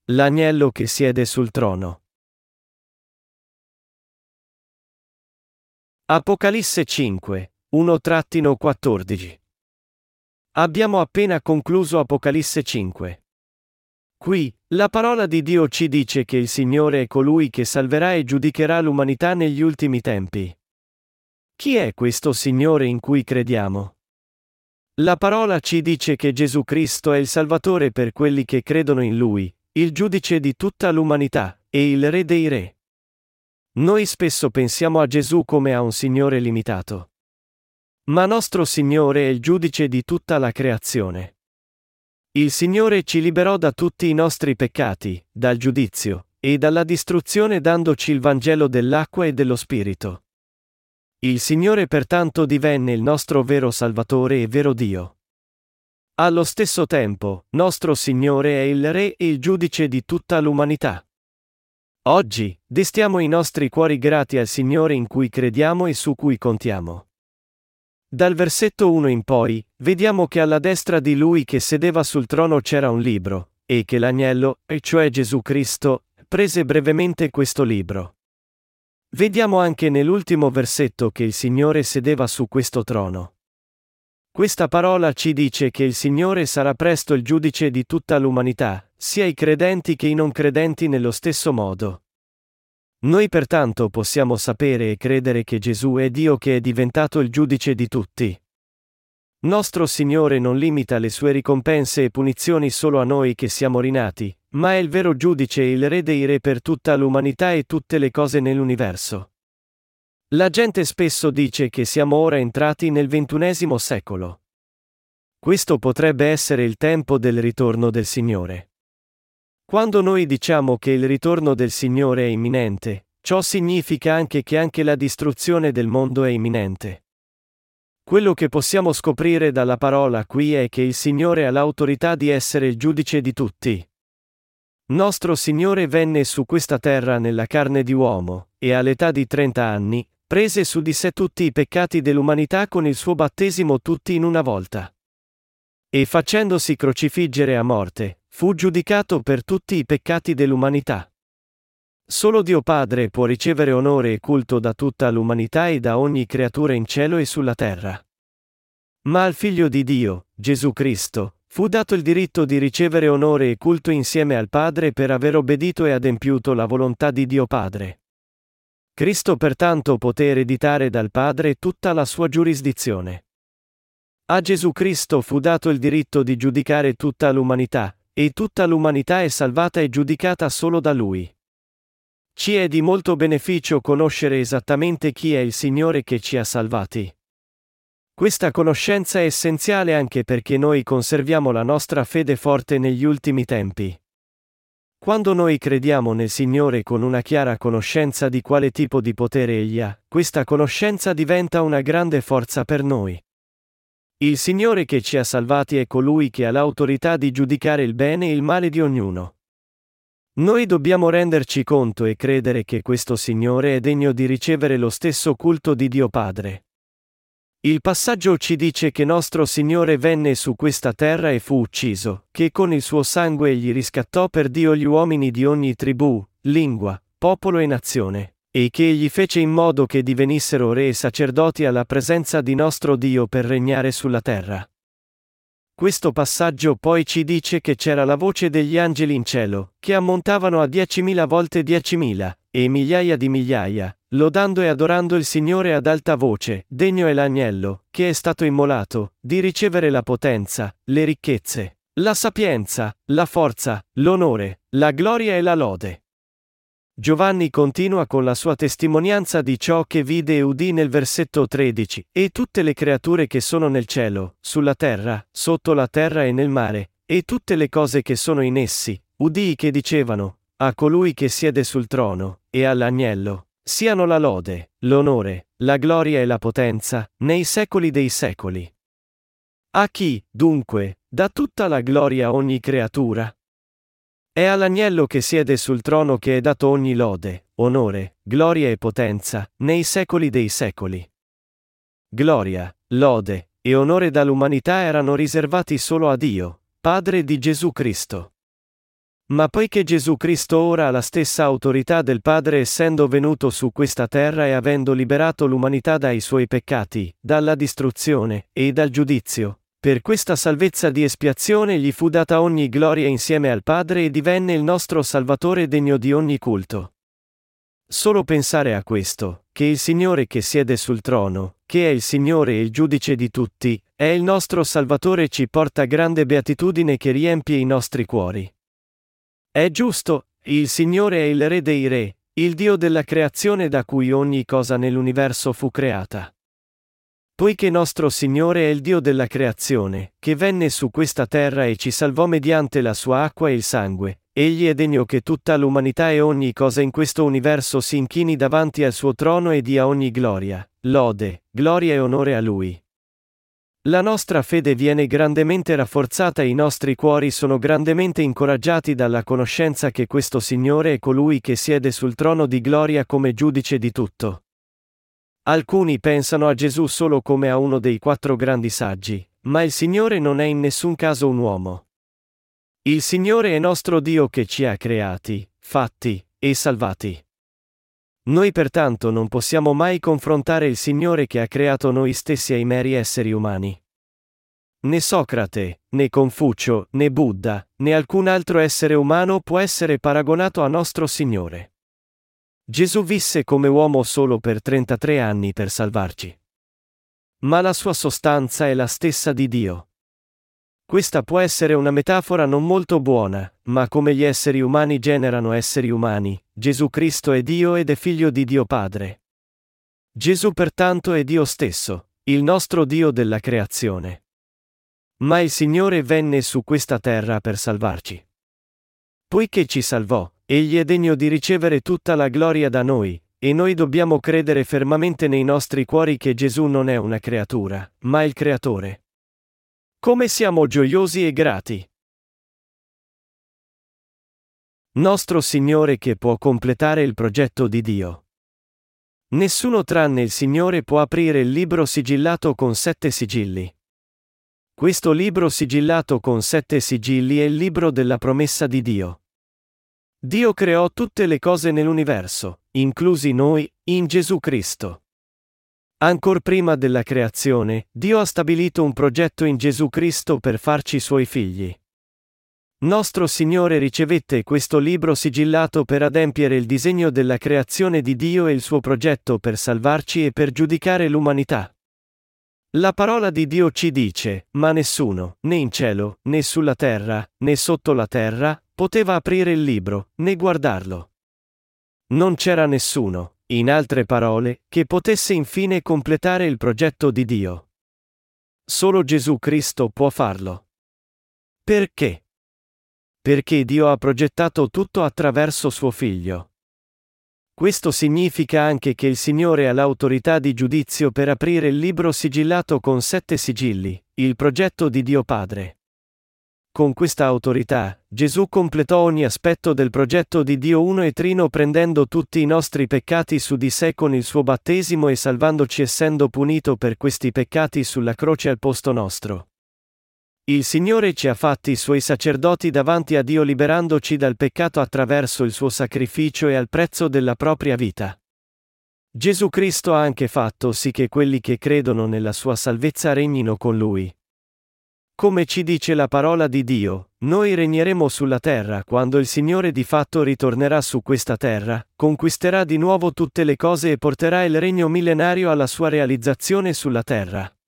L'agnello che siede sul trono. Apocalisse 5, 1-14. Abbiamo appena concluso Apocalisse 5. Qui, la parola di Dio ci dice che il Signore è colui che salverà e giudicherà l'umanità negli ultimi tempi. Chi è questo Signore in cui crediamo? La parola ci dice che Gesù Cristo è il Salvatore per quelli che credono in Lui, il giudice di tutta l'umanità, e il Re dei Re. Noi spesso pensiamo a Gesù come a un Signore limitato. Ma nostro Signore è il giudice di tutta la creazione. Il Signore ci liberò da tutti i nostri peccati, dal giudizio, e dalla distruzione dandoci il Vangelo dell'acqua e dello Spirito. Il Signore pertanto divenne il nostro vero Salvatore e vero Dio. Allo stesso tempo, nostro Signore è il Re e il giudice di tutta l'umanità. Oggi, destiamo i nostri cuori grati al Signore in cui crediamo e su cui contiamo. Dal versetto 1 in poi, vediamo che alla destra di Lui che sedeva sul trono c'era un libro, e che l'agnello, e cioè Gesù Cristo, prese brevemente questo libro. Vediamo anche nell'ultimo versetto che il Signore sedeva su questo trono. Questa parola ci dice che il Signore sarà presto il giudice di tutta l'umanità, sia i credenti che i non credenti nello stesso modo. Noi pertanto possiamo sapere e credere che Gesù è Dio che è diventato il giudice di tutti. Nostro Signore non limita le sue ricompense e punizioni solo a noi che siamo rinati, ma è il vero giudice e il Re dei Re per tutta l'umanità e tutte le cose nell'universo. La gente spesso dice che siamo ora entrati nel XXI secolo. Questo potrebbe essere il tempo del ritorno del Signore. Quando noi diciamo che il ritorno del Signore è imminente, ciò significa anche che anche la distruzione del mondo è imminente. Quello che possiamo scoprire dalla parola qui è che il Signore ha l'autorità di essere il giudice di tutti. Nostro Signore venne su questa terra nella carne di uomo, e all'età di 30 anni, prese su di sé tutti i peccati dell'umanità con il suo battesimo tutti in una volta. E facendosi crocifiggere a morte, fu giudicato per tutti i peccati dell'umanità. Solo Dio Padre può ricevere onore e culto da tutta l'umanità e da ogni creatura in cielo e sulla terra. Ma al Figlio di Dio, Gesù Cristo, fu dato il diritto di ricevere onore e culto insieme al Padre per aver obbedito e adempiuto la volontà di Dio Padre. Cristo pertanto poté ereditare dal Padre tutta la sua giurisdizione. A Gesù Cristo fu dato il diritto di giudicare tutta l'umanità, e tutta l'umanità è salvata e giudicata solo da Lui. Ci è di molto beneficio conoscere esattamente chi è il Signore che ci ha salvati. Questa conoscenza è essenziale anche perché noi conserviamo la nostra fede forte negli ultimi tempi. Quando noi crediamo nel Signore con una chiara conoscenza di quale tipo di potere Egli ha, questa conoscenza diventa una grande forza per noi. Il Signore che ci ha salvati è colui che ha l'autorità di giudicare il bene e il male di ognuno. Noi dobbiamo renderci conto e credere che questo Signore è degno di ricevere lo stesso culto di Dio Padre. Il passaggio ci dice che nostro Signore venne su questa terra e fu ucciso, che con il suo sangue egli riscattò per Dio gli uomini di ogni tribù, lingua, popolo e nazione, e che egli fece in modo che divenissero re e sacerdoti alla presenza di nostro Dio per regnare sulla terra. Questo passaggio poi ci dice che c'era la voce degli angeli in cielo, che ammontavano a 10.000 volte 10.000, e migliaia di migliaia, lodando e adorando il Signore ad alta voce. Degno è l'agnello, che è stato immolato, di ricevere la potenza, le ricchezze, la sapienza, la forza, l'onore, la gloria e la lode. Giovanni continua con la sua testimonianza di ciò che vide e udì nel versetto 13, e tutte le creature che sono nel cielo, sulla terra, sotto la terra e nel mare, e tutte le cose che sono in essi, udii che dicevano, a colui che siede sul trono, e all'agnello, siano la lode, l'onore, la gloria e la potenza, nei secoli dei secoli. A chi, dunque, dà tutta la gloria a ogni creatura? È all'agnello che siede sul trono che è dato ogni lode, onore, gloria e potenza, nei secoli dei secoli. Gloria, lode e onore dall'umanità erano riservati solo a Dio, Padre di Gesù Cristo. Ma poiché Gesù Cristo ora ha la stessa autorità del Padre essendo venuto su questa terra e avendo liberato l'umanità dai suoi peccati, dalla distruzione, e dal giudizio, per questa salvezza di espiazione gli fu data ogni gloria insieme al Padre e divenne il nostro Salvatore degno di ogni culto. Solo pensare a questo, che il Signore che siede sul trono, che è il Signore e il giudice di tutti, è il nostro Salvatore ci porta grande beatitudine che riempie i nostri cuori. È giusto, il Signore è il Re dei Re, il Dio della creazione da cui ogni cosa nell'universo fu creata. Poiché nostro Signore è il Dio della creazione, che venne su questa terra e ci salvò mediante la sua acqua e il sangue, egli è degno che tutta l'umanità e ogni cosa in questo universo si inchini davanti al suo trono e dia ogni gloria, lode, gloria e onore a Lui. La nostra fede viene grandemente rafforzata e i nostri cuori sono grandemente incoraggiati dalla conoscenza che questo Signore è colui che siede sul trono di gloria come giudice di tutto. Alcuni pensano a Gesù solo come a uno dei 4 grandi saggi, ma il Signore non è in nessun caso un uomo. Il Signore è nostro Dio che ci ha creati, fatti, e salvati. Noi pertanto non possiamo mai confrontare il Signore che ha creato noi stessi ai meri esseri umani. Né Socrate, né Confucio, né Buddha, né alcun altro essere umano può essere paragonato a nostro Signore. Gesù visse come uomo solo per 33 anni per salvarci. Ma la sua sostanza è la stessa di Dio. Questa può essere una metafora non molto buona, ma come gli esseri umani generano esseri umani, Gesù Cristo è Dio ed è figlio di Dio Padre. Gesù pertanto è Dio stesso, il nostro Dio della creazione. Ma il Signore venne su questa terra per salvarci. Poiché ci salvò, egli è degno di ricevere tutta la gloria da noi, e noi dobbiamo credere fermamente nei nostri cuori che Gesù non è una creatura, ma il Creatore. Come siamo gioiosi e grati! Nostro Signore che può completare il progetto di Dio. Nessuno tranne il Signore può aprire il libro sigillato con 7 sigilli. Questo libro sigillato con 7 sigilli è il libro della promessa di Dio. Dio creò tutte le cose nell'universo, inclusi noi, in Gesù Cristo. Ancor prima della creazione, Dio ha stabilito un progetto in Gesù Cristo per farci suoi figli. Nostro Signore ricevette questo libro sigillato per adempiere il disegno della creazione di Dio e il suo progetto per salvarci e per giudicare l'umanità. La parola di Dio ci dice, ma nessuno, né in cielo, né sulla terra, né sotto la terra, poteva aprire il libro, né guardarlo. Non c'era nessuno, in altre parole, che potesse infine completare il progetto di Dio. Solo Gesù Cristo può farlo. Perché? Perché Dio ha progettato tutto attraverso suo Figlio. Questo significa anche che il Signore ha l'autorità di giudizio per aprire il libro sigillato con 7 sigilli, il progetto di Dio Padre. Con questa autorità, Gesù completò ogni aspetto del progetto di Dio uno e trino prendendo tutti i nostri peccati su di sé con il suo battesimo e salvandoci essendo punito per questi peccati sulla croce al posto nostro. Il Signore ci ha fatti suoi sacerdoti davanti a Dio liberandoci dal peccato attraverso il suo sacrificio e al prezzo della propria vita. Gesù Cristo ha anche fatto sì che quelli che credono nella sua salvezza regnino con Lui. Come ci dice la parola di Dio, noi regneremo sulla terra quando il Signore di fatto ritornerà su questa terra, conquisterà di nuovo tutte le cose e porterà il regno millenario alla sua realizzazione sulla terra.